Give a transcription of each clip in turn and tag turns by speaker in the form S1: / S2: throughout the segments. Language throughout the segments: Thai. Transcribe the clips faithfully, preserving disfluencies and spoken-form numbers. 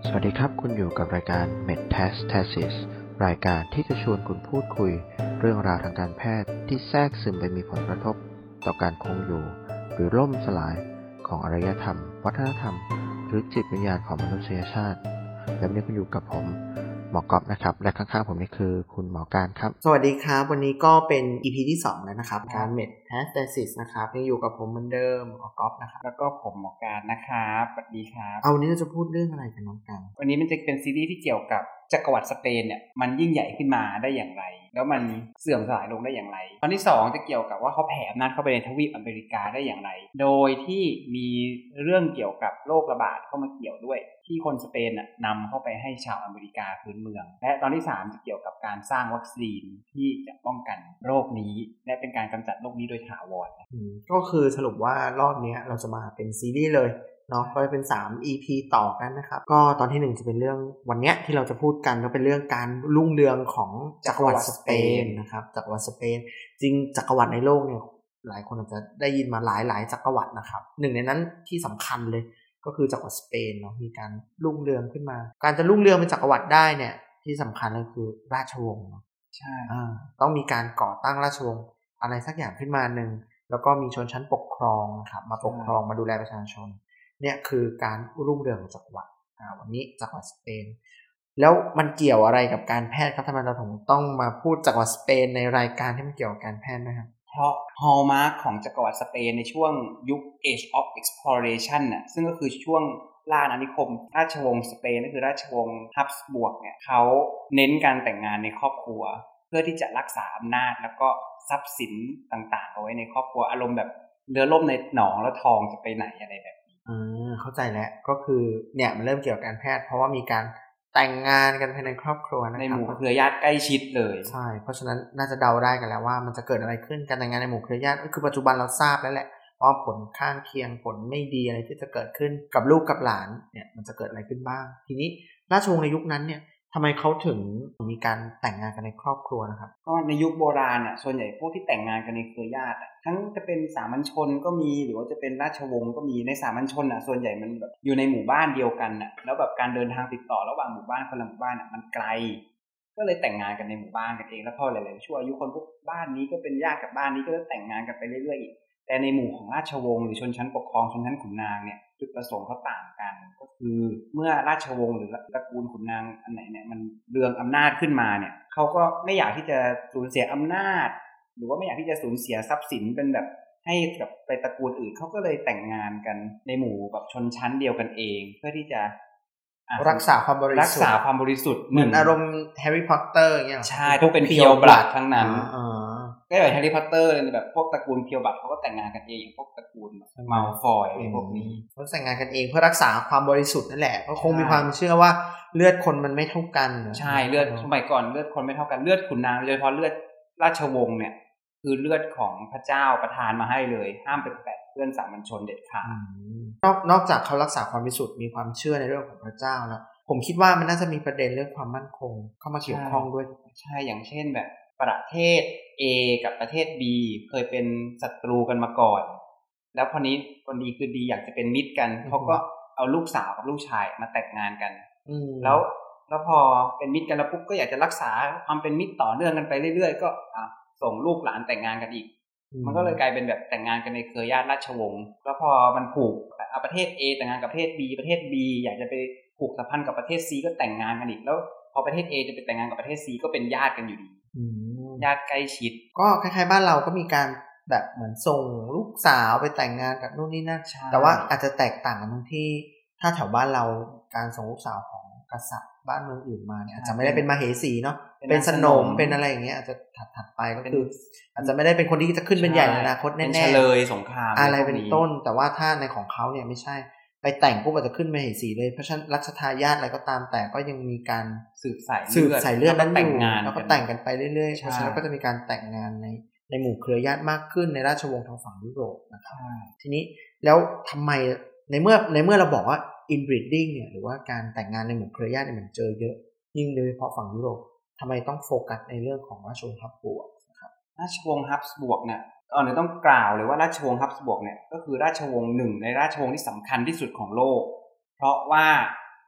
S1: สวัสดีครับคุณอยู่กับรายการ Metastasis รายการที่จะชวนคุณพูดคุยเรื่องราวทางการแพทย์ที่แทรกซึมไปมีผลกระทบต่อการคงอยู่หรือล่มสลายของอารยธรรมวัฒนธรรมหรือจิตวิญญาณของมนุษยชาติและวันนี้คุณอยู่กับผมหมอก๊อฟนะครับและข้างๆผมนี่คือคุณหมอการครับ
S2: สวัสดีครับวันนี้ก็เป็น อี พี ที่สองแล้วนะครับการ Metastasis นะครับยังอยู่กับผมเหมือนเดิมหมอก๊อฟนะครับ
S3: แล้วก็ผมหมอการนะครับสวัสดีครับ
S2: เอาวันนี้เราจะพูดเรื่องอะไรกันน้องกัน
S3: วันนี้มันจะเป็นซีรีส์ที่เกี่ยวกับจักรวรรดิสเปนเนี่ยมันยิ่งใหญ่ขึ้นมาได้อย่างไรแล้วมันเสื่อมสลายลงได้อย่างไรตอนที่สองจะเกี่ยวกับว่าเขาแผ่อำนาจเข้าไปในทวีปอเมริกาได้อย่างไรโดยที่มีเรื่องเกี่ยวกับโรคระบาดเข้ามาเกี่ยวด้วยที่คนสเปนน่ะนำเข้าไปให้ชาวอเมริกาพื้นเมืองและตอนที่สามจะเกี่ยวกับการสร้างวัคซีนที่จะป้องกันโรคนี้และเป็นการกำจัดโรคนี้โดยถาวร
S2: ก็คือสรุปว่ารอบนี้เราจะมาเป็นซีรีส์เลยเนาะก็จะเป็นสาม อี พี ต่อกันนะครับก็ตอนที่หนึ่งจะเป็นเรื่องวันเนี้ยที่เราจะพูดกันก็เป็นเรื่องการรุ่งเรืองของจักรวรรดิสเปนนะครับจักรวรรดิสเปนจริงจักรวรรดิในโลกเนี่ยหลายคนอาจจะได้ยินมาหลายๆจักรวรรดินะครับหนึ่งในนั้นที่สำคัญเลยก็คือจักรวรรดิสเปนเนาะมีการรุ่งเรืองขึ้นมาการจะรุ่งเรืองเป็นจักรวรรดิได้เนี่ยที่สำคัญก็คือราชวงศ์เนาะ
S3: ใช่
S2: อ่าต้องมีการก่อตั้งราชวงศ์อะไรสักอย่างขึ้นมานึงแล้วก็มีชนชั้นปกครองนะครับมาปกครองมาดูแลประชาชนเนี่ยคือการรุ่งเรืองของจักรวรรดิอ่าวันนี้จักรวรรดิสเปนแล้วมันเกี่ยวอะไรกับการแพทย์ครับทำไมเราถึงต้องมาพูดจักรวรรดิสเปนในรายการที่มันเกี่ยวกับการแพทย์นะครับ
S3: เพราะฮอลมาร์คของจักรวรรดิสเปนในช่วงยุค Age of Exploration น่ะซึ่งก็คือช่วงล่าอาณานิคมราชวงศ์สเปนก็คือราชวงศ์ฮับสบวร์กเนี่ยเขาเน้นการแต่งงานในครอบครัวเพื่อที่จะรักษาอำนาจแล้วก็ทรัพย์สินต่างๆเอาไว้ในครอบครัวอารมณ์แบบเรือล่มในหนองแล้วทองจะไปไหนอะไรแบบนี้
S2: อืมเข้าใจแล้วก็คือเนี่ยมันเริ่มเกี่ยวกับการแพทย์เพราะว่ามีการแต่งงานกันภายในครอบครัวนะครับ
S3: ในหมู่เครือญาติใกล้ชิดเลย
S2: ใช่เพราะฉะนั้นน่าจะเดาได้กันแล้วว่ามันจะเกิดอะไรขึ้นการแต่งงานในหมู่เครือญาติก็คือปัจจุบันเราทราบแล้วแหละว่าผลข้างเคียงผลไม่ดีอะไรที่จะเกิดขึ้นกับลูกกับหลานเนี่ยมันจะเกิดอะไรขึ้นบ้างทีนี้ราชวงศ์ในยุคนั้นเนี่ยทำไมเขาถึงมีการแต่งงานกันในครอบครัวนะครับ
S3: ก็ในยุคโบราณอ่ะส่วนใหญ่พวกที่แต่งงานกันในเครือญาติอ่ะทั้งจะเป็นสามัญชนก็มีหรือว่าจะเป็นราชวงศ์ก็มีในสามัญชนอ่ะส่วนใหญ่มันแบบอยู่ในหมู่บ้านเดียวกันอ่ะแล้วแบบการเดินทางติดต่อระหว่างหมู่บ้านคนละหมู่บ้านอ่ะมันไกลก็เลยแต่งงานกันในหมู่บ้านกันเองแล้วพอหลายๆช่วงอายุคนพวกบ้านนี้ก็เป็นญาติกับบ้านนี้ก็จะแต่งงานกันไปเรื่อยๆอีกแต่ในหมู่ของราชวงศ์หรือชนชั้นปกครองชนชั้นขุนนางเนี่ยจุดประสงค์เขาต่างกันก็คือเมื่อราชวงศ์หรือตระกูลขุนนางอันไหนเนี่ยมันเรืองอำนาจขึ้นมาเนี่ยเขาก็ไม่อยากที่จะสูญเสียอำนาจหรือว่าไม่อยากที่จะสูญเสียทรัพย์สินเป็นแบบให้กับไปตระกูลอื่นเขาก็เลยแต่งงานกันในหมู่แบบชนชั้นเดียวกันเองเพื่อที่จะ
S2: รักษาความบริสุทธิ์
S3: รักษาความบริสุทธิ์
S2: เหมือนอารมณ์แฮร์รี่พอตเตอร์อย่างเงี้ย
S3: ใช่พวกเป็นเพียวบลัดทั้งนั้นก็แบบแฮร์รี่พอตเตอร์เลยแบบพวกตระกูลเพียวบลัดเขาก็แต่งงานกันเองพวกตระกูลมัลฟอยอะไรพวกนี้
S2: เขาแต่งงานกันเองเพื่อรักษาความบริสุทธิ์นั่นแหละก็คงมีความเชื่อว่าเลือดคนมันไม่เท่ากัน
S3: ใช่เลือดสมัยก่อนเลือดคนไม่เท่ากันเลือดขุนนางโดยเฉพาะเลือดราชวงศ์เนี่ยคือเลือดของพระเจ้าประทานมาให้เลยห้ามไปแตะเพื่อนสามัญชนเด็ดขาด
S2: นอกนอกจากเขารักษาความบริสุทธิ์มีความเชื่อในเรื่องของพระเจ้าแล้วผมคิดว่ามันน่าจะมีประเด็นเรื่องความมั่นคงเข้ามาเกี่ยวข้องด้วย
S3: ใช่อย่างเช่นแบบประเทศ A กับประเทศ B เคยเป็นศัตรูกันมาก่อนแล้วพอนี้คนดีคือดีอยากจะเป็นมิตรกันเขาก็เอาลูกสาวกับลูกชายมาแต่งงานกันแล้วแล้วพอเป็นมิตรกันแล้วปุ๊บก็อยากจะรักษาความเป็นมิตรต่อเนื่องกันไปเรื่อยๆก็ส่งลูกหลานแต่งงานกันอีกมันก็เลยกลายเป็นแบบแต่งงานกันในเครือญาติราชวงศ์แล้วพอมันผูกเอาประเทศ A แต่งงานกับประเทศ B ประเทศ B อยากจะไปผูกสัมพันธ์กับประเทศ C ก็แต่งงานกันอีกแล้วพอประเทศ A จะไปแต่งงานกับประเทศ C ก็เป็นญาติกันอยู่ดีญาติใกล้ชิด
S2: ก็คล้ายๆบ้านเราก็มีการแบบเหมือนส่งลูกสาวไปแต่งงานกับนู่นนี่นั่นแต่ว่าอาจจะแตกต่างกันตรงที่ถ้าแถวบ้านเราการส่งลูกสาวของกษัตริย์บ้านเมืองอื่นมาเนี่ยอาจจะไม่ได้เป็นมเหสีเนาะเป็นสนมเป็นอะไรอย่างเงี้ยอาจจะถัดๆไปก็คืออาจจะไม่ได้เป็นคนที่จะขึ้นเป็นใหญ่ในอนาคตแน่ๆ
S3: เป็นเฉลยสงคราม
S2: อะไรเป็นต้นแต่ว่าถ้าในของเขาเนี่ยไม่ใช่ไปแต่งปุ๊บอาจจะขึ้นมเหสีเลยเพราะฉะนั้นรัชทายาทอะไรก็ตามแต่ก็ยังมีการ
S3: สืบสาย
S2: สืบสายเลือดนั้นอยู่แล้วก็แต่งกันไปเรื่อยๆเพราะฉะนั้นก็จะมีการแต่งงานในในหมู่เครือญาติมากขึ้นในราชวงศ์ทางฝั่งยุโรปนะครับทีนี้แล้วทำไมในเมื่อในเมื่อเราบอกว่า inbreeding เนี่ยหรือว่าการแต่งงานในหมู่เครือญาติเนี่ยมันเจอเยอะยิ่งโดยเฉพาะฝั่งยุโรปทำไมต้องโฟกัสในเรื่องของราชวงศ์ฮับสบวกนะครับ
S3: ราชวงศ์ฮับสบวกเนี่ยก่อนอื่นต้องกล่าวเลยว่าราชวงศ์ฮับสบวกเนี่ยก็คือราชวงศ์หนึ่งในราชวงศ์ที่สำคัญที่สุดของโลกเพราะว่า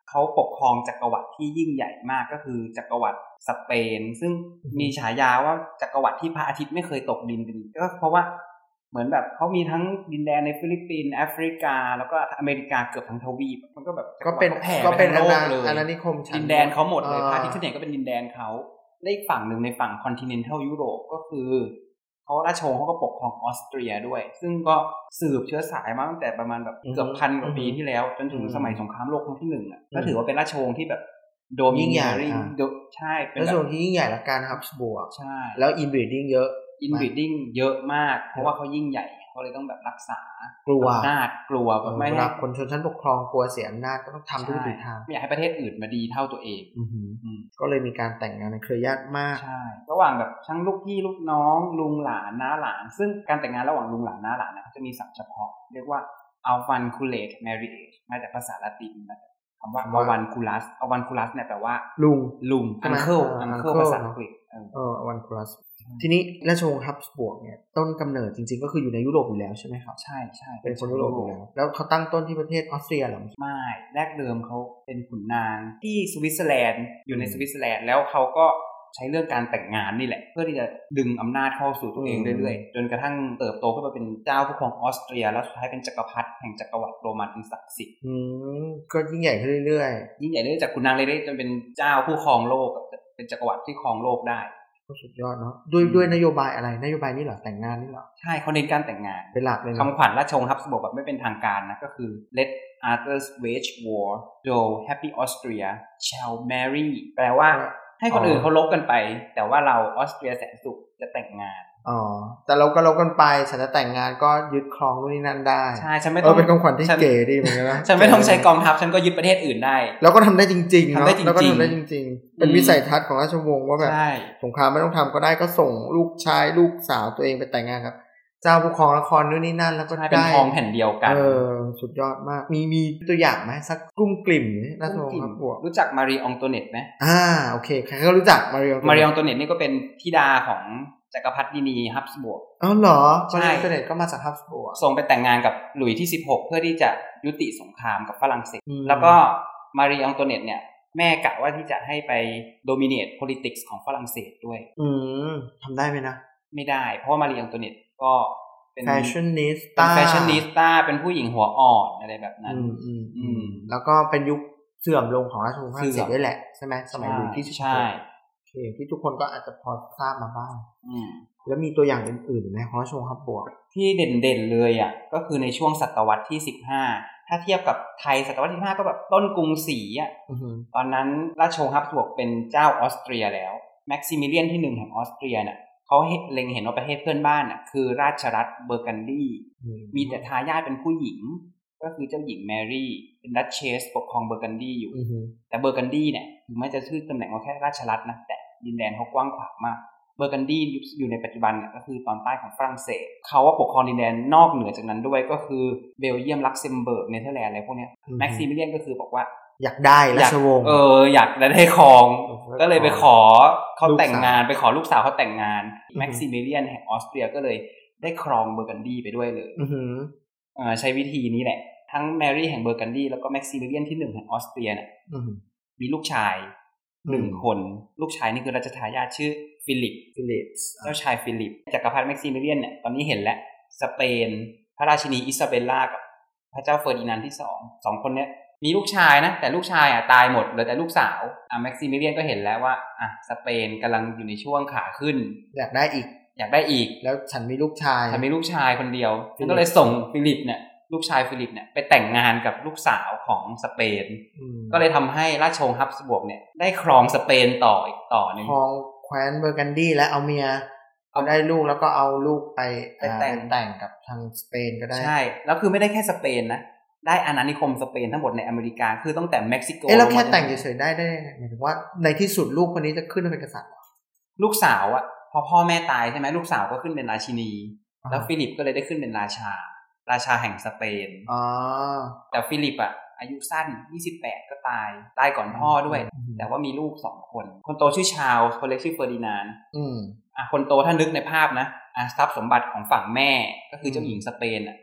S3: เขาปกครองจักรวรรดิที่ยิ่งใหญ่มากก็คือจักรวรรดิสเปนซึ่งมีฉายาว่าจักรวรรดิที่พระอาทิตย์ไม่เคยตกดินเป็นก็เพราะว่าเหมือนแบบเขามีทั้งดินแดนในฟิลิปปินส์แอฟริกาแล้วก็อเมริกาเกือบทั้งทวีปมันก็แบบ
S2: ก็เป็น
S3: แผ่
S2: ก็เป็น
S3: ไปทั้งโลกเลย
S2: อาณานิคมชั้น
S3: ดินแดนเขาหมดเลยพระอาทิตย์ที่ไหนก็เป็นดินแดนเขาและอีกฝั่งหนึ่งในฝั่งคอนติเนนทัลยุโรปก็คือเขาราชวงศ์เขาก็ปกครองออสเตรียด้วยซึ่งก็สืบเชื้อสายมาตั้งแต่ประมาณแบบเกือบพันกว่าปีที่แล้วจนถึงสมัยสงครามโลกครั้งที่หนึ่งอ่ะก็ถือว่าเป็นราชวงศ์ที่แบบโดมิเนียริงใช่เป็น
S2: ราชวงศ์ที่ยิ่งใหญ่และการฮับสบูร์ก
S3: ใช่
S2: แล้วอินบรีดดิ้งเยอะ
S3: อินบรีดดิ้งเยอะมากเพราะว่าเขายิ่งใหญ่เขาเลยต้องแบบรักษาก
S2: ลัว
S3: อำนาจกลัวแบบไม่ให้
S2: คนชนชั้นปกครองกลัวเสียอำนาจก็ต้องทำทุกวิถีทาง
S3: ไม่อยากให้ประเทศอื่นมาดีเท่าตัวเอง
S2: ก็เลยมีการแต่งงานในเครือญาติมาก
S3: ใช่ระหว่างแบบทั้งลูกพี่ลูกน้องลุงหลานน้าหลานซึ่งการแต่งงานระหว่างลุงหลานน้าหลานนะจะมีศัพท์เฉพาะเรียกว่า avunculate marriage มาจากภาษาละตินมาจากคำว่า avunculus avunculus เนี่ยแปลว่า
S2: ลุง
S3: ลุง uncle uncle ภาษาอังกฤษ
S2: เออ avunculus ทีนี้ราชวงศ์ฮับสบูร์กเนี่ยต้นกำเนิดจริงๆก็คืออยู่ในยุโรปอยู่แล้วใช่ไหมครับ
S3: ใช่ใช่
S2: เป็นคนยุโรปอยู่แล้วแล้วเขาตั้งต้นที่ประเทศออสเตรียหรอ
S3: ไม่แรกเดิมเขาเป็นขุนนางที่สวิตเซอร์แลนด์อยู่ในสวิตเซอร์แลนด์แล้วเขาก็ใช้เรื่องการแต่งงานนี่แหละเพื่อที่จะดึงอำนาจเข้าสู่ตัวเองเรื่อยๆจนกระทั่งเติบโตขึ้นมาเป็นเจ้าผู้ครองออสเตรียแล้วสุดท้ายเป็นจักรพรรดิแห่งจักรวรรดิโรมันอันศักดิ์สิทธิ์
S2: อืมก็ยิ่งใหญ่ขึ้นเรื่อย
S3: ๆยิ่งใหญ่เรื่อยๆจากขุนนางเล็กๆจนเป็นเจ้าผู้ครองโลกเป็นจักรวรรดิที่ครองโลกได้
S2: ก็สุดยอดเนาะด้วยด้วยนโยบายอะไรนโยบายนี้เหรอแต่งงานนี่เหรอ
S3: ใช่เขาเน้นการแต่งงาน
S2: เป็นหลักเลย
S3: คำขวัญราชวงศ์ฮับสบูร์กแบบไม่เป็นทางการนะก็คือ Let others wage war though happy Austria shall marry แปลว่าให้คนอื่นเขาลบกันไปแต่ว่าเราออสเตรียแสนสุขจะแต่งงาน
S2: อ๋อแต่เราก็ลบกันไปฉันจะแต่งงานก็ยึดครองนู่นนี่นั่นได้
S3: ใช่ฉันไม่ต้อง
S2: เป็นคำขวัญที่เก๋ดีเหมือนกันนะ
S3: ฉันไม่ต้องใช้กองทัพฉันก็ยึดประเทศอื่นได้
S2: แล้วก็ทำได้จริงๆเนาะ
S3: แล้ว
S2: ก็ทำได้จริงๆเป็นวิสัยทัศน์ของราชวงศ์ว่าแบบสงครามไม่ต้องทำก็ได้ก็ส่งลูกชายลูกสาวตัวเองไปแต่งงานครับเจ้าผู้ครองนครนู่นนี่นั่นแล้วก็ได้
S3: เป็นทองแผ่นเดียวกัน
S2: เออสุดยอดมากมีมีตัวอย่างไหมสักกุ้มกลิ่มราชวงศ์ฮับสบูร์ก
S3: รู้จักมารีอองโตเนตไหม
S2: อ่าโอเคใครก็รู้จักมารีอองโตเนต
S3: มารีอองโตเนตนี่ก็เป็นธิดาของจักรพรรดินีฮับสบูร์ก
S2: อ๋อเหรอมารีอองโตเนตก็มาจากฮับสบูร์ก
S3: ส่งไปแต่งงานกับหลุยส์ที่สิบหกเพื่อที่จะยุติสงครามกับฝรั่งเศสแล้วก็มารีอองโตเนตเนี่ยแม่กะว่าที่จะให้ไป dominate politics ของฝรั่งเศสด้วย
S2: อืมทำได้ไหมนะ
S3: ไม่ได้เพราะว่ามารีอองโตเนตก็
S2: เป็นแฟชั่นนิสต้า
S3: เป็นแฟชั่นนิสต้าเป็นผู้หญิงหัวอ่อนอะไรแบบนั้น
S2: อืมอืมอืมแล้วก็เป็นยุคเสื่อมลงของราชวงศ์ฝรั่งเศสด้วยแหละใช่ไหมสมัยหลุยส์ที่สิบหกใช่โอเคที่ทุกคนก็อาจจะพอทราบมาบ้าง
S3: อืม
S2: แล้วมีตัวอย่างอื่นๆไหมของราชวงศ์ฮับสบูร์ก
S3: ที่เด่นๆเลยอ่ะก็คือในช่วงศตวรรษที่สิบห้าถ้าเทียบกับไทยศตวรรษที่สิบห้าก็แบบต้นกรุงศรีอ่ะตอนนั้นราชวงศ์ฮับสบูร์กเป็นเจ้าออสเตรียแล้วแม็กซิมิเลียนที่หนึ่งแห่งออสเตรียน่ะเขาเล็งเห็นว่าประเทศเพื่อนบ้านน่ะคือราชรัฐเบอร์กันดีมีแต่ทายาทเป็นผู้หญิงก็คือเจ้าหญิงแมรี่เป็นดัชเชสปกครองเบอร์กันดีอยู่แต่เบอร์กันดีเนี่ยถึงแม้จะชื่อตำแหน่งว่าแค่ราชรัฐนะแต่ดินแดนเขากว้างขวางมากเบอร์กันดีอยู่ในปัจจุบันเนี่ยก็คือตอนใต้ของฝรั่งเศสเขาว่าปกครองดินแดนนอกเหนือจากนั้นด้วยก็คือเบลเยียมลักเซมเบิร์กเนเธอร์แลนด์อะไรพวกเนี้ยแม็กซิมิเลียนก็คือบอกว่า
S2: อยากได้ราชวงศ์
S3: เอออยากได้ครองก็เลยไปขอเขาแต่งงานไปขอลูกสาวเขาแต่งงานแม็กซิมิเลียนแห่งออสเตรียก็เลยได้ครองเบอร์กันดีไปด้วยเลยอ่าใช้วิธีนี้แหละทั้งแมรี่แห่งเบอร์กันดีแล้วก็แม็กซิมิเลียนที่หนึ่งแห่งออสเตรียเนี่ยมีลูกชายหนึ่งคนลูกชายนี่คือราชทายาทชื่อฟิลิป
S2: ฟิลิป
S3: เจ้าชายฟิลิปจักรพรรดิแม็กซิมิเลียนเนี่ยตอนนี้เห็นแล้วสเปนพระราชินีอิซาเบลล่ากับพระเจ้าเฟอร์ดินานด์ที่สองสองคนเนี้ยมีลูกชายนะแต่ลูกชายอ่ะตายหมดเหลือแต่ลูกสาวอ่ะแม็กซิมิเลียนก็เห็นแล้วว่าอ่ะสเปนกำลังอยู่ในช่วงขาขึ้น
S2: อยากได้อีก
S3: อยากได้อีก
S2: แล้วฉันมีลูกชาย
S3: ฉันมีลูกชายคนเดียวก็เลยส่งฟิลิปเนี่ยลูกชายฟิลิปเนี่ยไปแต่งงานกับลูกสาวของสเปนก็เลยทำให้ราชวงศ์ฮับสบูร์กเนี่ยได้ครองสเปนต่ออีกต่อนึง
S2: ครองแคว้นเบอร์กันดีและเอาเมียเอาได้ลูกแล้วก็เอาลูกไปแต่งแต่งกับทางสเปนก็ได้
S3: ใช่แล้วคือไม่ได้แค่สเปนนะได้อาณานิคมสเปนทั้งหมดในอเมริกาคือตั้งแต่เม็กซิโก
S2: เอ๊ะแล้วแค่แต่งเฉยๆได้ได้หมายถึงว่าในที่สุดลูกคนนี้จะขึ้นเป็นกษัตริย์
S3: ลูกสาวอ่ะพอพ่อแม่ตายใช่ไหมลูกสาวก็ขึ้นเป็นราชินีแล้วฟิลิปก็เลยได้ขึ้นเป็นราชาราชาแห่งสเปน
S2: อ๋อ
S3: แต่ฟิลิปอ่ะอายุสั้นยี่สิบแปดก็ตายตายก่อนพ่อด้วยแต่ว่ามีลูกสองคนคนโตชื่อชาร์ลส์คนเล็กชื่อเฟอร์ดินานด์
S2: อืม
S3: อ่ะคนโตถ้านึกในภาพนะอ่ะทรัพย์สมบัติของฝั่งแม่ก็คือเจ้าหญิงสเปนอ่ะ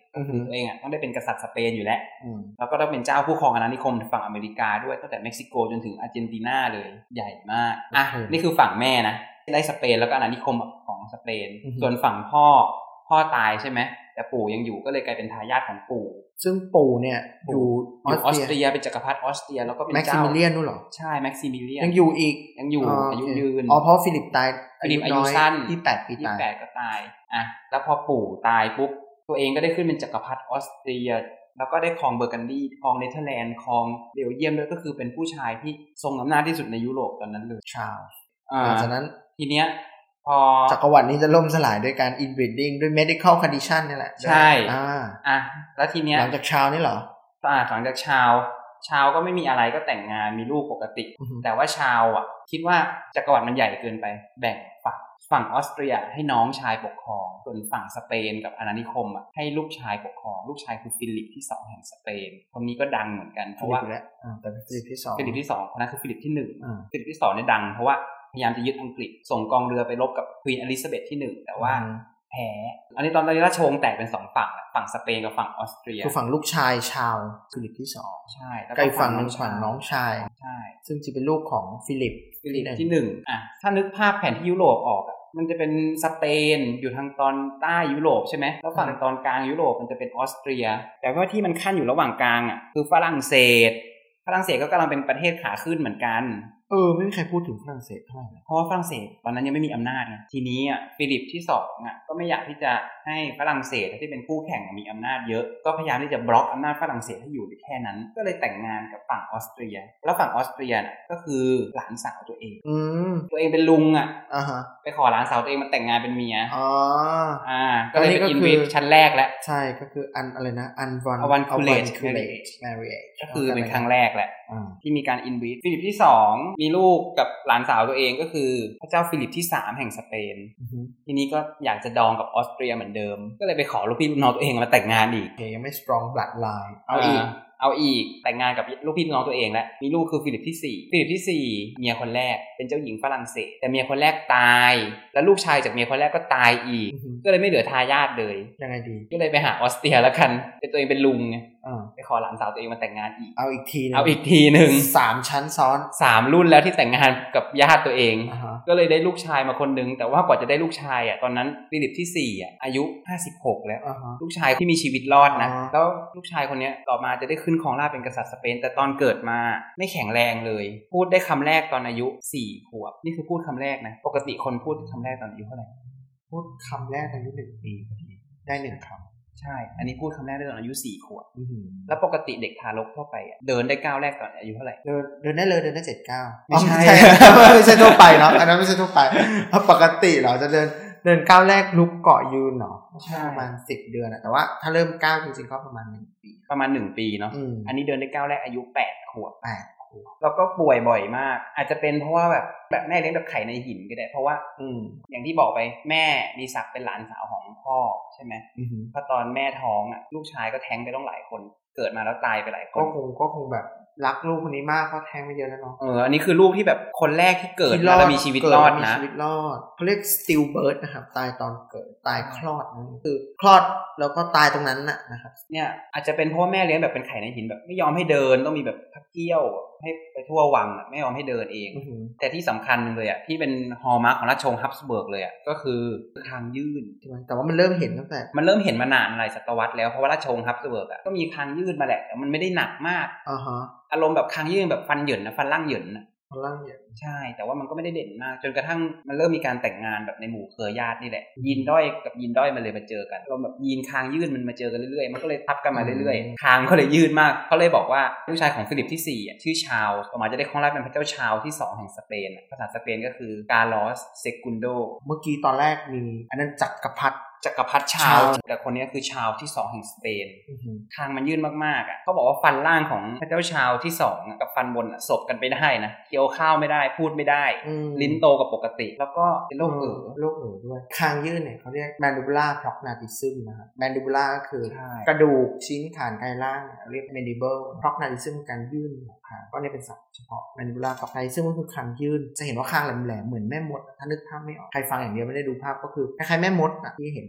S3: ก็คือตัวเองอ่ะต้องได้เป็นกษัตริย์สเปนอยู่แล้วแล้วก็ต้องเป็นเจ้าผู้ครองอาณานิคมฝั่งอเมริกาด้วยตั้งแต่เม็กซิโกจนถึงอาร์เจนตินาเลยใหญ่มากอ่ะนี่คือฝั่งแม่นะได้สเปนแล้วก็อาณานิคมของสเปนส่วนฝั่งพ่อพ่อตายใช่ไหมแต่ปู่ยังอยู่ก็เลยกลายเป็นทายาทของปู่
S2: ซึ่งปู่เนี่ยอยู่
S3: ออสเตรียเป็นจักรพรรดิออสเตรียแล้วก็เป็นเจ้า
S2: แม็กซิมิเลียนนู่นหรอ
S3: ใช่แม็กซิมิเลียน
S2: ยังอยู่อีก
S3: ยังอยู่อายุยืน
S2: อ๋อเพราะฟิลิปตาย
S3: ฟิลิปอายุสั้น
S2: ที่แปดปีตาย
S3: ยี่สิบแปดก็ตายอ่ะแล้วพอปู่ตายปุ๊บตัวเองก็ได้ขึ้นเป็นจักรพรรดิออสเตรียแล้วก็ได้ครองเบอร์กันดีครองเนเธอร์แลนด์ครองเบลเยียมด้วยก็คือเป็นผู้ชายที่ทรงอำนาจที่สุดในยุโรปตอนนั้นเลย
S2: ชาวหลังจากนั้น
S3: ทีเนี้ยพอ
S2: จักรวรรดินี้จะล่มสลายด้วยการ inbreeding ด้วย medical condition นี่แหละ
S3: ใช่อ่าอ่ะแล้วทีเนี้ย
S2: หลังจากชาวนี่เหรอ
S3: อ่าหลังจากชาวชาวก็ไม่มีอะไรก็แต่งงานมีลูกปกติแต่ว่าชาวอ่ะคิดว่าจักรวรรดิมันใหญ่เกินไปแบ่งฝั่งฝั่งออสเตรียให้น้องชายปกครองส่วนฝั่งสเปนกับอาณานิคมอ่ะให้ลูกชายปกครองลูกชายคือฟิลิปที่สองแห่งสเปนคนนี้ก็ดังเหมือนกันเพราะว่า
S2: แต่ฟิลิปที่สอง
S3: ฟิลิปที่สองคนนั้นคือฟิลิปที่หนึ่งฟิลิปที่สองเนี่ยดังเพราะว่าพยายามจะยึดอังกฤษส่งกองเรือไปรบกับควีนอลิซาเบธที่หนึ่งแต่ว่าแพ้อันนี้ตอนนี้ราชวงศ์แตกเป็นสองฝั่งฝั่งสเปนกับฝั่งออสเตรีย
S2: คือฝั่งลูกชายชาวฟิลิปที่สอง
S3: ใช่
S2: แล้วก็อีกฝั่งนึงฝั่งน้องชาย
S3: ใช่
S2: ซึ่งจะเป็นลูกของฟิลิป
S3: ฟิลิปที่หนึ่งอ่ะถ้านึกภาพแผนที่ยุโรปออกมันจะเป็นสเปนอยู่ทางตอนใต้ยุโรปใช่ไหมแล้วฝั่งตอนกลางยุโรปมันจะเป็นออสเตรียแต่ว่าที่มันขั้นอยู่ระหว่างกลางอ่ะคือฝรั่งเศสฝรั่งเศสก็กำลังเป็นประเทศขาขึ้นเหมือนกัน
S2: เออไม่มีใครพูดถึงฝรั่งเศสเท่าไหร่
S3: เพราะว่าฝรั่งเศสตอนนั้นยังไม่มีอำนาจไงทีนี้อ่ะฟิลิปที่สองอ่ะก็ไม่อยากที่จะให้ฝรั่งเศสที่เป็นคู่แข่งมีอำนาจเยอะก็พยายามที่จะบล็อกอำนาจฝรั่งเศสให้อยู่แค่นั้นก็เลยแต่งงานกับฝั่งออสเตรียแล้วฝั่งออสเตรียน่ะก็คือหลานสาวตัวเอง
S2: อืม
S3: ตัวเองเป็นลุงอ่ะ
S2: อ่าฮะ
S3: ไปขอหลานสาวตัวเองมาแต่งงานเป็นเมีย
S2: อ๋อ
S3: อ่าก็เลยเป็นอินวิทชั้นแรกแล้ว
S2: ใช่ก็คืออันอะไรนะอันวัน
S3: วันคูเลจก็คือเป็นครั้งแรกแหละที่มีการอินวิทฟิลิปที่สองมีลูกกับหลานสาวตัวเองก็คือพระเจ้าฟิลิปที่สามแห่งสเปน
S2: uh-huh.
S3: ทีนี้ก็อยากจะดองกับออสเตรียเหมือนเดิมก็เลยไปขอลูกพี่ลูกน้องตัวเองมาแต่งงานอีก
S2: ยังไม่ strong bloodline
S3: เอาอีกเอาอีกแต่งงานกับลูกพี่ลูกน้องตัวเองแล้วมีลูกคือฟิลิปที่สี่ฟิลิปที่สี่เมียคนแรกเป็นเจ้าหญิงฝรั่งเศสแต่เมียคนแรกตายแล้วลูกชายจากเมียคนแรกก็ตายอีก
S2: uh-huh.
S3: ก็เลยไม่เหลือทายาทเลย
S2: ยังไงดี
S3: ก็เลยไปหาออสเตรียแล้วกันแต่ตัวเองเป็นลุงไงไปขอหลานสาวตัวเองมาแต่งงานอีก
S2: เอาอีกทีนึง
S3: เอาอีกทีนึง
S2: สามชั้นซ้อน
S3: สามรุ่นแล้วที่แต่งงานกับญาติตัวเอง
S2: uh-huh.
S3: ก็เลยได้ลูกชายมาคนนึงแต่ว่ากว่าจะได้ลูกชายอ่ะตอนนั้นฟิลิปที่สี่อ่ะอายุห้าสิบหกแล้ว
S2: uh-huh.
S3: ลูกชายที่มีชีวิตรอดนะ
S2: uh-huh.
S3: แล้วลูกชายคนนี้ต่อมาจะได้ขึ้นครองราชย์เป็นกษัตริย์สเปนแต่ตอนเกิดมาไม่แข็งแรงเลยพูดได้คำแรกตอนอายุสี่ขวบนี่คือพูดคำแรกนะปกติคนพูดคำแรกตอนอายุเท่าไหร่
S2: พูดคำแรกอายุหนึ่งปีพอดีได้หนึ่งคำ
S3: ใช่อันนี้พูดคำแรกได้ตอนอายุสี่ขวบแล้วปกติเด็กทารกทั่วไปเดินได้ก้าวแรกตอนอายุเท่าไหร่
S2: เดินเดินได้เลยเดินได้เจ็ดก้าว
S3: ไม่ใช่
S2: ไม่ใช่ทั่วไปเนาะอันนั้นไม่ใช่ทั่วไปเพราะปกติเราจะเดินเดินก้าวแรกลุกเกาะยืนเนาะประมาณสิบเดือนอะแต่ว่าถ้าเริ่มก้าวจริงๆก็ประมาณหนึ่งปี
S3: ประมาณหนึ่งปีเนาะอันนี้เดินได้ก้าวแรกอายุแปดขวบ
S2: แปด
S3: แล้วก็ป่วยบ่อยมากอาจจะเป็นเพราะว่าแบบแบบแม่เลี้ยงแบบไข่ในหินก็ได้เพราะว่า
S2: อืม
S3: อย่างที่บอกไปแม่มีศักดิ์เป็นหลานสาวของพ่อใช่ไหมพอตอนแม่ท้องอ่ะลูกชายก็แท้งไปต้องหลายคนเกิดมาแล้วตายไปหลายคน
S2: ก็คงก็คงแบบรักลูกคนนี้มากเพราะแท้งไปเยอะแล้วเนาะ
S3: เอออันนี้คือลูกที่แบบคนแรกที่เกิดมาแล้วมีชีวิตรอดนะ
S2: มีชีวิตรอดเขาเรียก still birth นะครับตายตอนเกิดตายคลอดคือคลอดแล้วก็ตายตรงนั้นน่ะนะครับ
S3: เนี่ยอาจจะเป็นเพราะแม่เลี้ยงแบบเป็นไข่ในหินแบบไม่ยอมให้เดินต้องมีแบบพักเกี้ยวให้ไปทั่ววังไม่ยอมให้เดินเองแต่ที่สำคัญเลยอ่ะที่เป็นฮอลมาร์คของราชวงศ์ฮับสเบิร์กเลยอ่ะก็คือคางยื่น
S2: แต่ว่ามันเริ่มเห็นตั้งแต่
S3: มันเริ่มเห็นมานานหลายศตวรรษแล้วเพราะว่าราชวงศ์ฮับสเบิร์กอ่ะก็มีคางยื่นมาแหละแต่มันไม่ได้หนักมาก
S2: อ่าฮะ
S3: อารมณ์แบบคางยื่นแบบฟันเหยินนะฟันล่างเหยินนะ
S2: ฟันล่างเหยิน
S3: ใช่แต่ว่ามันก็ไม่ได้เด่นมากจนกระทั่งมันเริ่มมีการแต่งงานแบบในหมู่เครือญาตินี่แหละยีนด้อยกับยีนด้อยมันเลยมาเจอกันอารมณ์แบบยีนคางยื่นมันมาเจอกันเรื่อยๆมันก็เลยทับกันมาเรื่อยๆคางก็เลยยื่นมากเขาเลยบอกว่าลูกชายของฟิลิปที่สี่อ่ะชื่อชาลส์ต่อมาจะได้ครองราชย์เป็นพระเจ้าชาลส์ที่สองแห่งสเปนภาษาสเปนก็คือกาลอสเซกุนโด
S2: เมื่อกี้ตอนแรกมีอันนั้นจักรพรรดิ
S3: จักรพรรดิชาลส์แต่คนนี้คือชาลส์ที่สองแห่งสเปนคางมันยื่นมากๆอ่ะเขาบอกว่าฟันล่างของพระเจ้าชาลส์ที่สองกับฟันบนอ่ะสบกันไปได้นะเคี้ยวข้าวไม่ได้พูดไม่ได้ลิ้นโตกว่าปกติแล้วก็เป็นโรคเอ๋อ
S2: โรคเอ๋อด้วยคางยื่นเนี่ยเขาเรียก mandibular prognathisium นะครับ mandibular ก็คือกระดูกชิ้นฐานกายล่างเรียก mandible prognathisium การยื่นของคางก็เนี่ยเป็นศัพท์เฉพาะ mandibular prognathisium ก็คือคางยื่นจะเห็นว่าคางแหลมๆเหมือนแม่มดถ้านึกภาพไม่ออกใครฟังอย่างเดียวไม่ได้ดูภาพก็คือคล้ายๆแม่มดอ่ะที่เห็น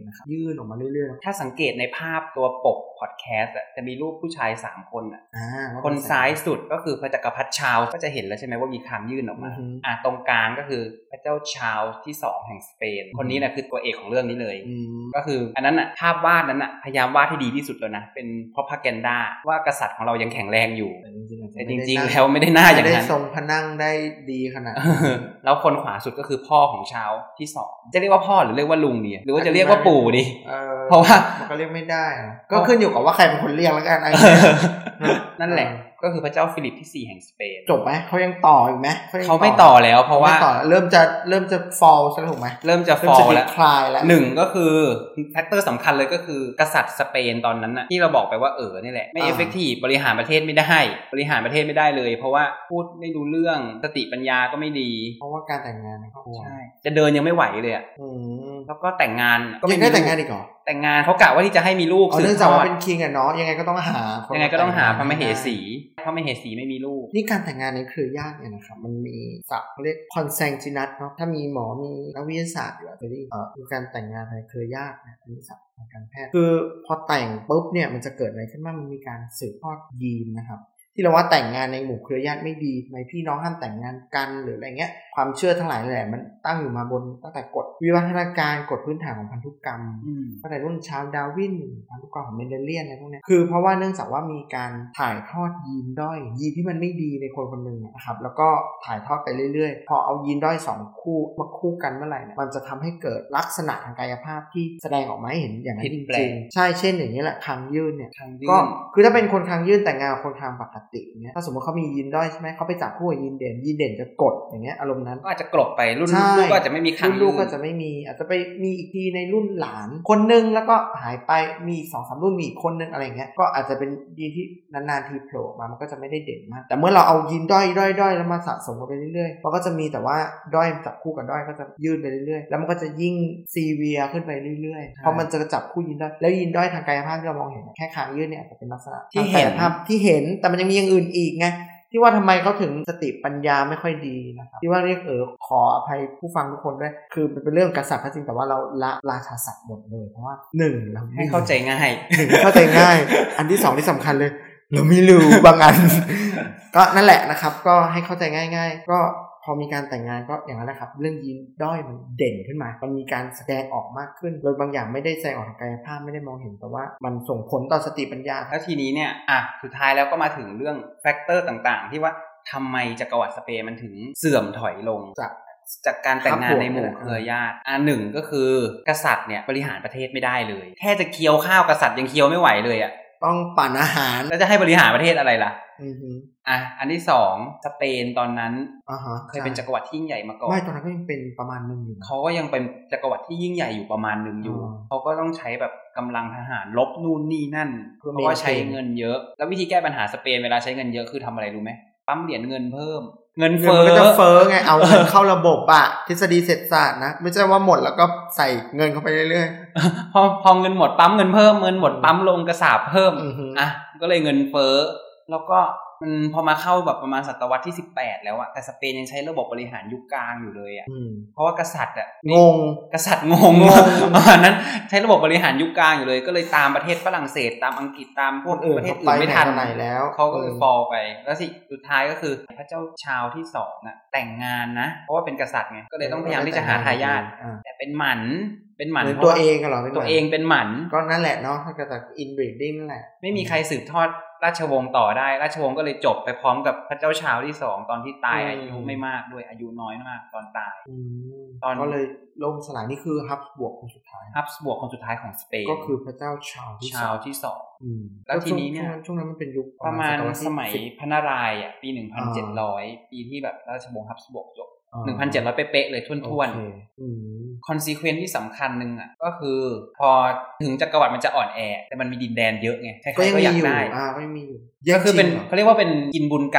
S2: นะครับยื่นออกมาเรื่อยๆ
S3: ถ้าสังเกตในภาพตัวปกพอดแคสต์จะมีรูปผู้ชายสามคนอ่ะ
S2: อ่า
S3: คนซ้ายสุดก็คือพระจักรพรรดิชาร์ลส์ก็จะเห็นแล้วใช่ไหมว่ามีคางยื่นออกมาอ่าตรงกลางก็คือพระเจ้าชาร์ลส์ที่สองแห่งสเปนคนนี้นะคือตัวเอกของเรื่องนี้เลยก็คืออันนั้นอ่ะภาพวาดนั้นอ่ะพยายามวาดให้ดีที่สุดแล้วนะเป็นเพราะพาแกนดาว่ากษัตริย์ของเรายังแข็งแรงอยู่แต่จริงๆแล้วไม่ได้หน้าอย่างนั้น
S2: ไม่ได้ทรงพระนั่งได้ดีขนาด
S3: แล้วคนขวาสุดก็คือพ่อของชาร์ลส์ที่สองจะเรียกว่าพ่อหรือเรียกว่าลุงดีหรือว่าจะเรียกว่าปู่ดีเพราะว่า
S2: มันก็เรียกไม่ได้ก็ขึ้นอยู่กับว่าใครเป็นคนเรียกแล้วกันไอ้
S3: นั่นแหละก็คือพระเจ้าฟิลิปที่สี่แห่งสเปน
S2: จบไหมเขายังต่ออีกไหม
S3: เขาไม่ต่อแล้วเพราะว่า
S2: เริ่มจะเริ่มจะ fall ใช่ถูกไหม
S3: เริ่มจะ fall แล้ว
S2: คลายแล้ว
S3: หนึ่งก็คือแฟกเตอร์สำคัญเลยก็คือกษัตริย์สเปนตอนนั้นน่ะที่เราบอกไปว่าเออนี่แหละไม่ effective บริหารประเทศไม่ได้บริหารประเทศไม่ได้เลยเพราะว่าพูดไม่รู้เรื่องสติปัญญาก็ไม่ดี
S2: เพราะว่าการแต่งงานในครอบครัว
S3: ใช่จะเดินยังไม่ไหวเลยอ่ะแล้วก็แต่งงาน
S2: ก็ไม่ได้แต่งงานอีกเหรอ
S3: แต่งงานเขากะว่าที่จะให้มีลูก
S2: สืบทอดเนื่องจากว่าเป็นคิงอ่ะเนาะยังไงก็ต้องหา
S3: ยังไงก็ต้องหาพระมเหสีพระมเหสีไม่มีลูก
S2: นี่การแต่งงานในเครือญาติเนี่ยนะครับมันมีศัพท์เขาเรียกคอนเซนจินัสเนาะถ้ามีหมอมีนักวิทยาศาสตร์อยู่อะที่เอ่อคือการแต่งงานในเครือญาติเนี่ยอันนี้ศัพท์ทางการแพทย์คือพอแต่งปุ๊บเนี่ยมันจะเกิดอะไรขึ้นบ้างมันมีการสืบทอดยีนนะครับที่เราว่าแต่งงานในหมู่เครือญาติไม่ดีทำไมพี่น้องห้ามแต่งงานกันหรืออะไรเงี้ยความเชื่อทั้งหลายแหละมันตั้งอยู่มาบนตั้งแต่กฎวิวัฒนาการกฎพื้นฐานของพันธุกรรมตั้งแต่รุ่นชาวดาร์วินพันธุกรรมของเมนเดเลียนอะไรพวกนี้คือเพราะว่าเนื่องจากว่ามีการถ่ายทอดยีนด้อยยีนที่มันไม่ดีในคนคนหนึ่งนะครับแล้วก็ถ่ายทอดไปเรื่อยๆพอเอายีนด้อยสองคู่มาคู่กันเมื่อไหร่เนี่ยมันจะทำให้เกิดลักษณะทางกายภาพที่แสดงออกมาให้เห็นอย่างนั้นจริงๆใช่เช่นอย่างนี้แหละคางยื่นเนี่ยก็คือถ้าเป็นคนคางยื่นแต่งงานกับคนคางปกติเนี่ยถ้าสมมติเขามียีนด้อยใช่ไหมเขาไปจับคู่กับยีนเด่นยีนเด่นจะกดอย่างเงี้ยอารมณ์นั้น
S3: ก็อาจจะกลบไปรุ่นลูกก็อาจจะไม่มีคาง
S2: รุ่นลูกก็จะไม่มีอาจจะไปมีอีกทีในรุ่นหลานคนนึงแล้วก็หายไปมีอีก สองสาม รุ่นมีอีกคนนึงอะไรเงี้ยก็อาจจะเป็นยีนที่นานๆทีโผล่มามันก็จะไม่ได้เด่นมากแต่เมื่อเราเอายีนด้อยด้อยด้อยแล้วมาสะสมกันไปเรื่อยๆมันก็จะมีแต่ว่าด้อยจับคู่กับด้อยก็จะยืดไปเรื่อยๆแล้วมันก็จะยิ่งซีเวียขึ้นไปเรื่อยๆเพราะมันจะจับคู่ยีนด้อยแล้วยีนด้อยทางกายภาพที่เรามองเห็นแค่คางยืดเนี่ยอาจจะเป็นลักษณะที่เห็นภาพที่เห็นแต่มันยังมีอย่างอื่นอีกไงที่ว่าทำไมเขาถึงสติปัญญาไม่ค่อยดีนะครับที่ว่าเรียกเออขออภัยผู้ฟังทุกคนด้วยคือเป็นเรื่องกษัตริย์ก็จริงแต่ว่าเราละราชาศัพท์หมดเลยเพราะว่าหนึ่งเรา
S3: ให้เข้าใจง่าย
S2: หนึ่งเข้าใจง่ายอันที่สองที่สำคัญเลยเราไม่รู้บางอันก็นั่นแหละนะครับก็ให้เข้าใจง่ายๆก็พอมีการแต่งงานก็อย่างนั้นแหละครับเรื่องยีนด้อยมันเด่นขึ้นมามันมีการแสดงออกมากขึ้นโดยบางอย่างไม่ได้แสดงออกทางกายภาพไม่ได้มองเห็นแต่ว่ามันส่งผลต่อสติปัญญา
S3: แล้วทีนี้เนี่ยอ่ะสุดท้ายแล้วก็มาถึงเรื่องแฟกเตอร์ต่างๆที่ว่าทำไมจักรวรรดิสเปนมันถึงเสื่อมถอยลงจากจากการแต่งงานในหมู่เครือญาติอ่ะหนึ่งก็คือกษัตริย์เนี่ยบริหารประเทศไม่ได้เลยแค่จะเคี้ยวข้าวกษัตริย์ยังเคี้ยวไม่ไหวเลยอ่ะ
S2: ต้องปั่นอาหาร
S3: แล้วจะให้บริหารประเทศอะไรล่ะ
S2: อือฮึ
S3: อ่ะอันที่สองสเปนตอนนั้น
S2: อ่าฮะ
S3: เคยเป็นจักรวรรดิที่ยิ่งใหญ่มาก่อน
S2: ไม่ตอนนั้นก็ยังเป็นประมาณนึงอยู่
S3: เขาก็ยังเป็นจักรวรรดิที่ยิ่งใหญ่อยู่ประมาณนึงอยู่เขาก็ต้องใช้แบบกำลังทหารลบนู่นนี่นั่นเพราะว่าใช้เงินเยอะแล้ววิธีแก้ปัญหาสเปนเวลาใช้เงินเยอะคือทำอะไรรู้ไหมปั๊มเหรียญเงินเพิ่มเงินเฟ้อ
S2: ก็จะเฟ้อไงเอาเงินเข้าระบบอะทฤษฎีเศรษฐศาสตร์นะไม่ใช่ว่าหมดแล้วก็ใส่เงินเข้าไปเรื่อย
S3: ๆพอพอเงินหมดปั๊มเงินเพิ่มเงินหมดปั๊มลงกระสาบเพิ่มอ่ะก็เลยเงินเฟ้อแล้วก็มันพอมาเข้าแบบประมาณศตวรรษที่สิบแปดแล้วอะแต่สเปนยังใช้ระบบบริหารยุคกลางอยู่เลยอะเพราะว่ากษัตริย์อะ
S2: งง
S3: กษัตริย์งงประมาณนั้นใช้ระบบบริหารยุคกลางอยู่เลยก็เลยตามประเทศฝรั่งเศสตามอังกฤษตามพวกประเทศอื่นไม่ทัน
S2: แล้ว
S3: เขาก็เลยฟอลไปแล้วสิสุดท้ายก็คือพระเจ้าชาวที่สองอะแต่งงานนะเพราะว่าเป็นกษัตริย์ไงก็เลยต้องพยายามที่จะหาทายาทแต่เป็นหมันเป็นหมัน
S2: ตัวเองเหรอ
S3: ตัวเองเป็นหมัน
S2: ก็นั่นแหละเนาะถ้าเกิดจากอินบรีดดิ้งนั่นแหละ
S3: ไม่มีใครสืบทอดราชวงศ์ต่อได้ราชวงศ์ก็เลยจบไปพร้อมกับพระเจ้าชาวที่สองตอนที่ตายอายุไม่มากด้วยอายุน้อยมากตอนตาย
S2: ตอนก็เลยล่มสลายนี่คือฮับสบวกคนสุดท้าย
S3: ฮับสบวกคนสุดท้ายของสเปน
S2: ก็คือพระเจ้าชาวที่
S3: ชาวที่สองแล้วทีนี้เนี่ย
S2: ช่วงนั้นมันเป็นยุค
S3: ประมาณสมัยพระนารายณ์อ่ะปีหนึ่งพันเจ็ดร้อยปีที่แบบราชวงศ์ฮับสบวกจบหนึ่งพันเจ็ดร้อยเป๊ะๆเลยท่วนๆคอนซีเควนซ์ที่สำคัญนึงอ่ะก็คือพอถึงจักรวรรดิมันจะอ่อนแอแต่มันมีดินแดนเยอะไงใครๆก็อยากได้
S2: อ่าไม่มีอยู่
S3: ก็คือเป็นเขาเรียกว่าเป็นกินบุญเก่า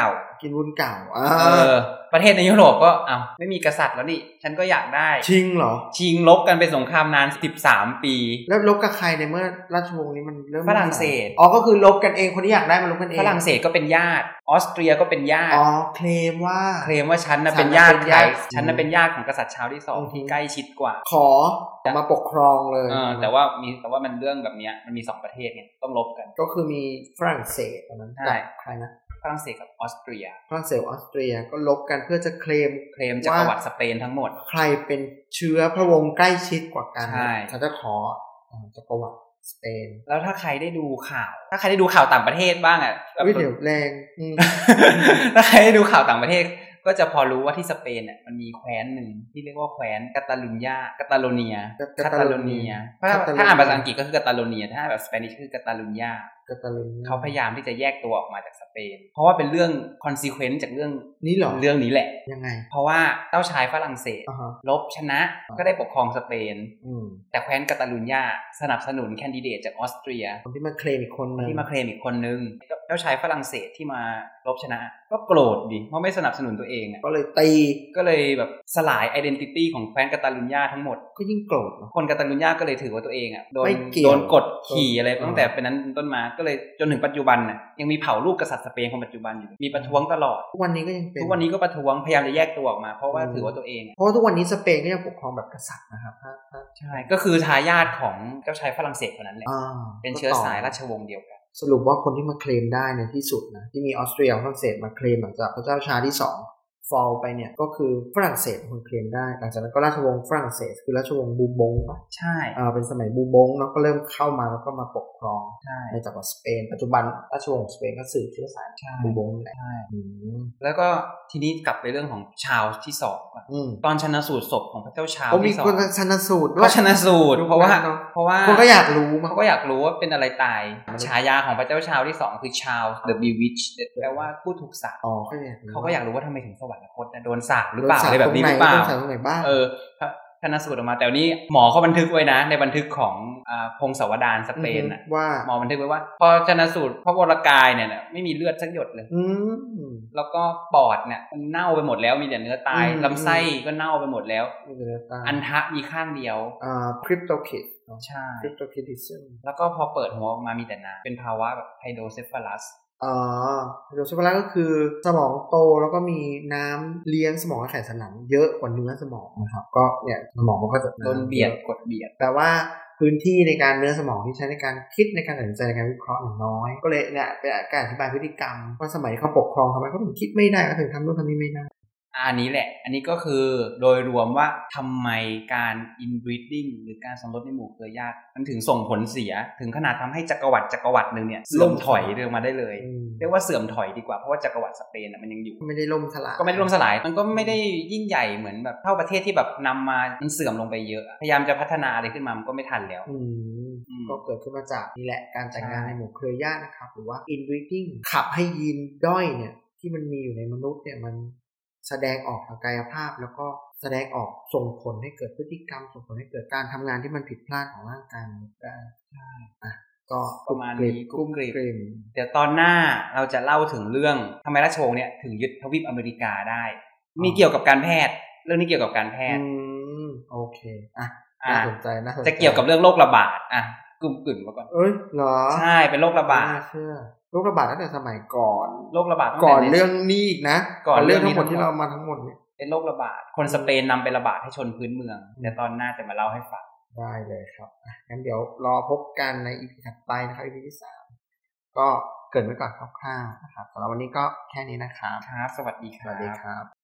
S2: กินวุ้นเก่าเอ
S3: เออประเทศในยุโรปก็อ้าวไม่มีกษัตริย์แล้วนี่ฉันก็อยากได้
S2: ชิงเหรอ
S3: ชิงลบกันเป็นสงครามนานสิบสามปี
S2: แล้วลบกับใครในเมื่อราชวงศ์นี้มันเริ่ม
S3: ฝรั่งเศส
S2: อ๋อก็คือลบกันเองคนที่อยากได้มันลบกันเอง
S3: ฝรั่งเศสก็เป็นญาติออสเตรียก็เป็นญาติ
S2: อ๋อเคลมว่า
S3: เคลมว่าฉันน่ะเป็นญาติใครฉันน่ะเป็นญาติของกษัตริย์ชาวที่สองที่ใกล้ชิดกว่า
S2: ขอมาปกครองเลย
S3: เออแต่ว่ามีแต่ว่ามันเรื่องแบบเนี้ยมันมีสองประเทศไงต้องลบกัน
S2: ก็คือมีฝรั่งเศสตอนนั้น
S3: ใช่
S2: ใครนะ
S3: ฝรั่งเศสกับออสเตรีย
S2: ฝรั่งเศสออสเตรียก็ลบกันเพื่อจะเคลม
S3: เคลมจักรวรรดิสเปนทั้งหมด
S2: ใครเป็นเชื้อพระวงศ์ใกล้ชิดกว่ากันเขาจะขอจักรวรรดิสเปน
S3: แล้วถ้าใครได้ดูข่าวถ้าใครได้ดูข่าวต่างประเทศบ้างอ่ะ
S2: วิเดี๋ยวแรง
S3: ถ้าใครได้ดูข่าวต่างประเทศก็จะพอรู้ว่าที่สเปนเนี่ยมันมีแคว้นหนึ่งที่เรียกว่าแคว้นกาตาลุญญากาตาโลเนียกาตาโลเนียถ้าถ้าอ่านภาษาอังกฤษก็คือกาตาโลเนียถ้าแบบสเปนิชคือกาตาลุญญาเขาพยายามที่จะแยกตัวออกมาจากสเปนเพราะว่าเป็นเรื่อง consequence จากเรื่อง
S2: นี้หรอ
S3: เรื่องนี้แหละ
S2: ยังไง
S3: เพราะว่าเจ้าชายฝรั่งเศส
S2: uh-huh.
S3: ลบชนะก็ได้ปกครองสเปน
S2: uh-huh.
S3: แต่แคว้นกาตาลุญญาสนับสนุนแคนดิเดตจากออสเตรีย
S2: คนที่มาเคลมอีกคนนึง
S3: ที่มาเคลมอีกคนนึงเจ้าชายฝรั่งเศสที่มาลบชนะก็โกรธดิเพราะไม่สนับสนุนตัวเอง
S2: ก็เลยตี
S3: ก็เลยแบบสลาย identity ของแคว้นกาตาลุญญาทั้งหมด
S2: ก็ยิ่งโกรธ
S3: คนกาตาลุญญาก็เลยถือว่าตัวเองอ่ะโดนโดนกดขี่อะไรตั้งแต่เป็นนั้นต้นมาก็เลยจนถึงปัจจุบันน่ะยังมีเผ่าลูกกษัตริย์สเปนคนปัจจุบันอยู่มีประท้วงตลอด
S2: ทุกวันนี้ก็ยังเป็น
S3: ทุกวันนี้ก็ประท้วงพยายามจะแยกตัวออกมาเพราะว่าถือว่าตัวเอง
S2: เพราะทุกวันนี้สเปนก็ยังปกครองแบบกษัตริย์นะครับ
S3: ใช่ก็คือทายาทของเจ้าชายฝรั่งเศสคนนั้นแหละเป็นเชื้อสายราชวงศ์เดียวกัน
S2: สรุปว่าคนที่มาเคลมได้ในที่สุดนะที่มีออสเตรียฝรั่งเศสมาเคลมหลังจากพระเจ้าชาร์ลส์ที่สองฟอลไปเนี่ยก็คือฝรั่งเศสเป็นคนเคลมได้หลังจากนั้นก็ราชวงศ์ฝรั่งเศสคือราชวงศ์บูบงป่ะ
S3: ใช่
S2: อ่าเป็นสมัยบูบงแล้วก็เริ่มเข้ามาแล้วก็มาปกครองในจักรวรรดิสเปนปัจจุบันราชวงศ์สเปนก็สืบเชื้อสายบูบงแหละ
S3: ใช่แล้วก็ทีนี้กลับไปเรื่องของชาวที่สองตอนชันสูตรศพของพระเจ้าชาว
S2: ที่สองมีคนชันสูตรด้วย
S3: ก็ชันสูตรเพราะว่าเพราะว่า
S2: คนก็อยากรู้
S3: เขาก็อยากรู้ว่าเป็นอะไรตายฉายาของพระเจ้าชาวที่สองคือชาว The Bewitched แปลว่าผู้ถูกสาปเขาก็อยากรู้ว่าทำไมถึงสวรรคตโดนสาปหรือเปล่าอะไรแบบนี้หรือเปล่าเออชันสูตรออกมาแต่นี้หมอเขาบันทึกไว้นะในบันทึกของอ่าพงศาวดารสเปนน่ะ
S2: ว่า
S3: หมอบันทึกไว้ว่าพอชันสูตรพระวรกายเนี่ยไม่มีเลือดสักหยดเลยแล้วก็ปอดเนี่ยมันเน่าไปหมดแล้วมีแต่เนื้อตายลำไส้ก็เน่าไปหมดแล้วอันทะมีข้างเดียว
S2: อ่าคริปโตคิด
S3: ใช่
S2: คริปโตคิดิซึม
S3: แล้วก็พอเปิดหัวออกมามีแต่น้ำเป็นภาวะแบบไฮโดรเซฟาลัส
S2: อ๋อไฮโดรเซฟาลัสก็คือสมองโตแล้วก็มีน้ำเลี้ยงสมองและไขสันหลังเยอะกว่าเนื้อสมองนะครับก็เนี่ยสมองมันก็จะ
S3: โดนเบียดกดเบียด
S2: แต่ว่าพื้นที่ในการเนื้อสมองที่ใช้ในการคิดในการตัดสินใจในการวิเคราะห์น้อยก็เลยเนี่ยเป็นการอธิบายพฤติกรรมว่าสมัยเขาปกครองทำไมเขาถึงคิดไม่ได้เขาถึงทำนู่นทำนี่ไม่ได้
S3: อันนี้แหละอันนี้ก็คือโดยรวมว่าทำไมการ inbreeding หรือการสมรสในหมู่เครือญาติมันถึงส่งผลเสียถึงขนาดทำให้จักรวรรดิจักรวรรดินึงเนี่ยเสื่อมถอยเรื่องมาได้เลยเรียกว่าเสื่อมถอยดีกว่าเพราะว่าจักรวรรดิสเปนมันยังอยู่
S2: ไม่ได้ล่มสลาย
S3: ก็ไม่ได้ล่มสลายมันก็ไม่ได้ยิ่งใหญ่เหมือนแบบเท่าประเทศที่แบบนำมามันเสื่อมลงไปเยอะพยายามจะพัฒนาอะไรขึ้นมามันก็ไม่ทันแล้ว
S2: ก็เกิดขึ้นมาจากนี่แหละการแต่งงานในหมู่เครือญาตินะครับหรือว่า inbreeding ขับให้ยีนด้อยเนี่ยที่มันมีอยู่ในมนุษย์เนี่ยมันแสดงออกทางกายภาพแล้วก็แสดงออกส่งผลให้เกิดพฤติกรรมส่งผลให้เกิดการทำงานที่มันผิดพลาดของร่างกายมนุษย์ได้
S3: ใช่
S2: อ่ะก็
S3: ประมาณนี้กุ้งกรีมเดี๋ยวตอนหน้าเราจะเล่าถึงเรื่องทำไมราชวงศ์เนี่ยถึงยึดทวีปอเมริกาได้มีเกี่ยวกับการแพทย์เรื่องนี้เกี่ยวกับการแพทย์
S2: อืมโอเคอ่ะน่าสนใจน่าสนใจ
S3: จะเกี่ยวกับเรื่องโรคระบาดอ่ะกลุ่มกลุ่มมาก่อน
S2: เอ้ยเหรอ
S3: ใช่เป็นโรคระบาด
S2: น่าเชื่อโรคระบาดตั้งแต่สมัยก่อน
S3: โรคระบาด
S2: ก่อนเรื่องนี้อีกนะก่อนเรื่องทั้งหมดที่เรามาทั้งหมดเนี่ย
S3: เป็นโรคระบาดคนสเปนนำไประบาดให้ชนพื้นเมืองเดี๋ยวตอนหน้าจะมาเล่าให้ฟัง
S2: ได้เลยครับงั้นเดี๋ยวรอพบกันใน อี พี ถัดไปนะครับ อี พี ที่สามก็เกิดไว้ก่อนคร่าวๆนะครับสำหรับวันนี้ก็แค่นี้นะครับ
S3: ครับสวัสดีครับ
S2: สวัสดีครับ